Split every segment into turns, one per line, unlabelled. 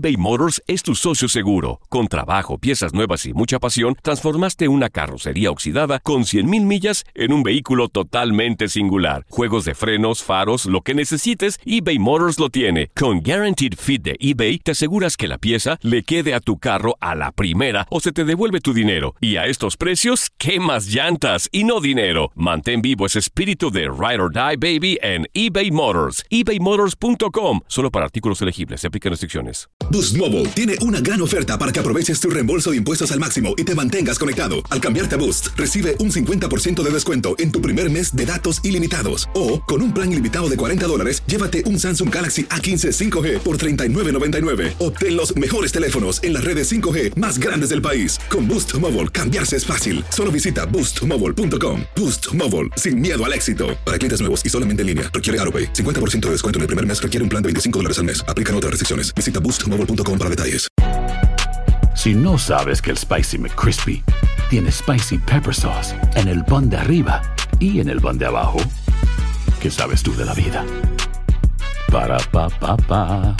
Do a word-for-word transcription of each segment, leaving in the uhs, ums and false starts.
eBay Motors es tu socio seguro. Con trabajo, piezas nuevas y mucha pasión, transformaste una carrocería oxidada con cien mil millas en un vehículo totalmente singular. Juegos de frenos, faros, lo que necesites, eBay Motors lo tiene. Con Guaranteed Fit de eBay, te aseguras que la pieza le quede a tu carro a la primera o se te devuelve tu dinero. Y a estos precios, ¿qué más llantas y no dinero? Mantén vivo ese espíritu de Ride or Die, baby, en eBay Motors. ebay motors punto com. Solo para artículos elegibles. Se aplican restricciones.
Boost Mobile tiene una gran oferta para que aproveches tu reembolso de impuestos al máximo y te mantengas conectado. Al cambiarte a Boost, recibe un cincuenta por ciento de descuento en tu primer mes de datos ilimitados. O, con un plan ilimitado de cuarenta dólares, llévate un Samsung Galaxy A quince cinco G por treinta y nueve noventa y nueve. Obtén los mejores teléfonos en las redes cinco G más grandes del país. Con Boost Mobile, cambiarse es fácil. Solo visita boost mobile punto com. Boost Mobile, sin miedo al éxito. Para clientes nuevos y solamente en línea, requiere AutoPay. cincuenta por ciento de descuento en el primer mes, requiere un plan de veinticinco dólares al mes. Aplican otras restricciones. Visita boost mobile punto com para detalles.
Si no sabes que el Spicy McCrispy tiene Spicy Pepper Sauce en el pan de arriba y en el pan de abajo, ¿qué sabes tú de la vida? Para, pa, pa, pa.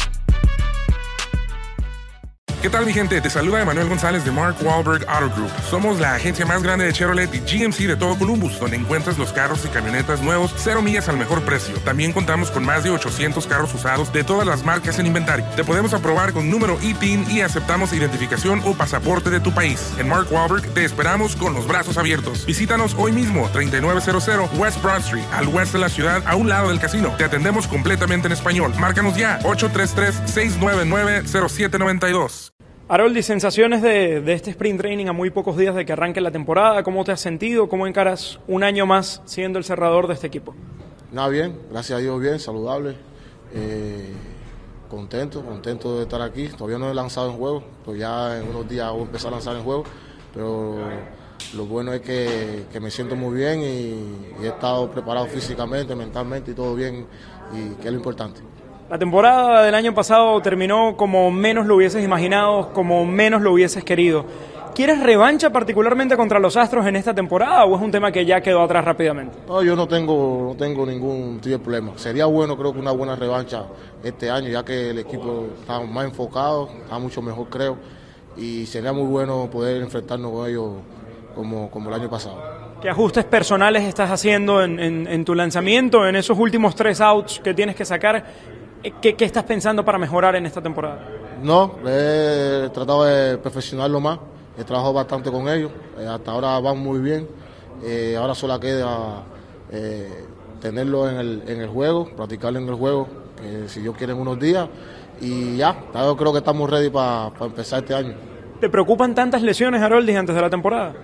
¿Qué tal, mi gente? Te saluda Emanuel González de Mark Wahlberg Auto Group. Somos la agencia más grande de Chevrolet y G M C de todo Columbus, donde encuentras los carros y camionetas nuevos, cero millas al mejor precio. También contamos con más de ochocientos carros usados de todas las marcas en inventario. Te podemos aprobar con número I T I N y aceptamos identificación o pasaporte de tu país. En Mark Wahlberg te esperamos con los brazos abiertos. Visítanos hoy mismo, treinta y nueve cero cero West Broad Street, al oeste de la ciudad, a un lado del casino. Te atendemos completamente en español. Márcanos ya, ocho tres tres, seis nueve nueve, cero siete nueve dos.
Haroldy, sensaciones de, de este sprint training a muy pocos días de que arranque la temporada. ¿Cómo te has sentido? ¿Cómo encaras un año más siendo el cerrador de este equipo?
Nada, bien, gracias a Dios, bien, saludable, eh, contento, contento de estar aquí. Todavía no he lanzado en juego, pues ya en unos días voy a empezar a lanzar en juego, pero lo bueno es que, que me siento muy bien y, y he estado preparado físicamente, mentalmente y todo bien, y que es lo importante.
La temporada del año pasado terminó como menos lo hubieses imaginado, como menos lo hubieses querido. ¿Quieres revancha particularmente contra los Astros en esta temporada o es un tema que ya quedó atrás rápidamente?
No, yo no tengo, no tengo ningún tipo de problema. Sería bueno, creo que una buena revancha este año, ya que el equipo está más enfocado, está mucho mejor, creo, y sería muy bueno poder enfrentarnos con ellos como, como el año pasado.
¿Qué ajustes personales estás haciendo en, en, en tu lanzamiento, en esos últimos tres outs que tienes que sacar? ¿Qué, ¿Qué estás pensando para mejorar en esta temporada?
No, he tratado de perfeccionarlo más, he trabajado bastante con ellos, eh, hasta ahora van muy bien, eh, ahora solo queda eh, tenerlo en el, en el juego, practicarlo en el juego, eh, si Dios quiere en unos días, y ya, yo creo que estamos ready para pa empezar este año.
¿Te preocupan tantas lesiones, Haroldy, antes de la temporada?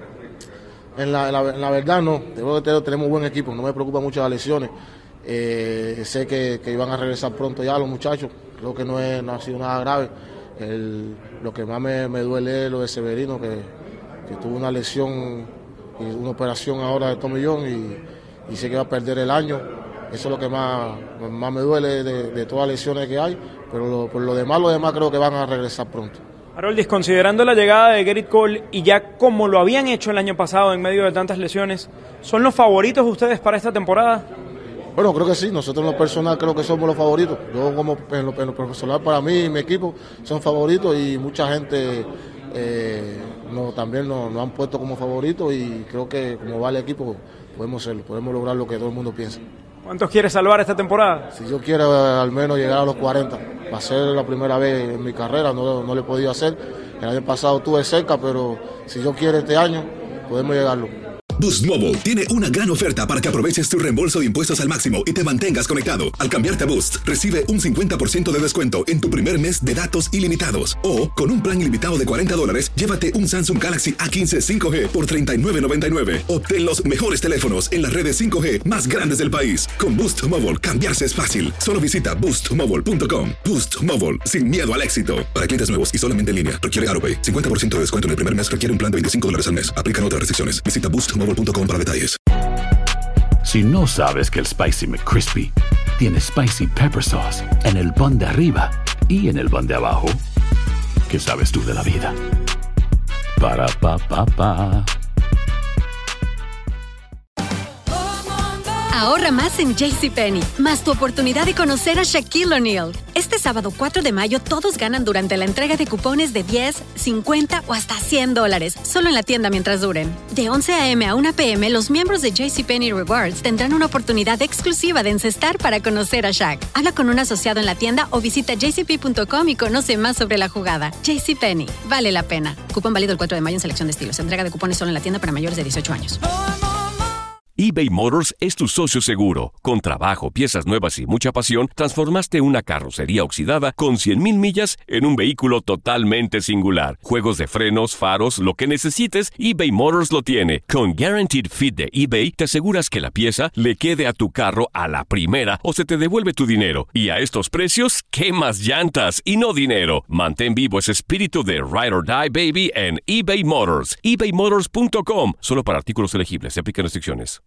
En la, en la, en la verdad no, tenemos buen equipo, no me preocupan mucho las lesiones. Eh, sé que, que iban a regresar pronto ya los muchachos, creo que no, es, no ha sido nada grave. El, lo que más me, me duele es lo de Severino, que, que tuvo una lesión y una operación ahora de tomillón y, y sé que va a perder el año. Eso es lo que más, más me duele de, de todas las lesiones que hay, pero lo, por lo demás, lo demás creo que van a regresar pronto.
Harold, considerando la llegada de Gerrit Cole y ya como lo habían hecho el año pasado en medio de tantas lesiones, ¿son los favoritos ustedes para esta temporada?
Bueno, creo que sí, nosotros en lo personal creo que somos los favoritos. Yo como en lo, en lo profesional para mí y mi equipo son favoritos y mucha gente eh, no, también nos, nos han puesto como favoritos y creo que como va el equipo podemos serlo, podemos lograr lo que todo el mundo piensa.
¿Cuántos quieres salvar esta temporada?
Si yo quiero al menos llegar a los cuarenta, va a ser la primera vez en mi carrera, no, no lo he podido hacer. El año pasado estuve cerca, pero si yo quiero este año podemos llegarlo.
Boost Mobile tiene una gran oferta para que aproveches tu reembolso de impuestos al máximo y te mantengas conectado. Al cambiarte a Boost, recibe un cincuenta por ciento de descuento en tu primer mes de datos ilimitados. O, con un plan ilimitado de cuarenta dólares, llévate un Samsung Galaxy A quince cinco G por treinta y nueve noventa y nueve. Obtén los mejores teléfonos en las redes cinco G más grandes del país. Con Boost Mobile, cambiarse es fácil. Solo visita boost mobile punto com. Boost Mobile, sin miedo al éxito. Para clientes nuevos y solamente en línea, requiere AutoPay. cincuenta por ciento de descuento en el primer mes, requiere un plan de veinticinco dólares al mes. Aplican otras restricciones. Visita boost mobile punto com para detalles.
Si no sabes que el Spicy McCrispy tiene Spicy Pepper Sauce en el pan de arriba y en el pan de abajo, ¿qué sabes tú de la vida? Para, pa, pa, pa.
Ahorra más en JCPenney, más tu oportunidad de conocer a Shaquille O'Neal. Este sábado cuatro de mayo todos ganan durante la entrega de cupones de diez, cincuenta o hasta cien dólares, solo en la tienda mientras duren. De once a eme a una pe eme, los miembros de JCPenney Rewards tendrán una oportunidad exclusiva de encestar para conocer a Shaq. Habla con un asociado en la tienda o visita j c p punto com y conoce más sobre la jugada. JCPenney, vale la pena. Cupón válido el cuatro de mayo en selección de estilos. Entrega de cupones solo en la tienda para mayores de dieciocho años.
eBay Motors es tu socio seguro. Con trabajo, piezas nuevas y mucha pasión, transformaste una carrocería oxidada con cien mil millas en un vehículo totalmente singular. Juegos de frenos, faros, lo que necesites, eBay Motors lo tiene. Con Guaranteed Fit de eBay, te aseguras que la pieza le quede a tu carro a la primera o se te devuelve tu dinero. Y a estos precios, ¿qué más llantas y no dinero? Mantén vivo ese espíritu de Ride or Die, baby, en eBay Motors. ebay motors punto com. Solo para artículos elegibles. Se aplican restricciones.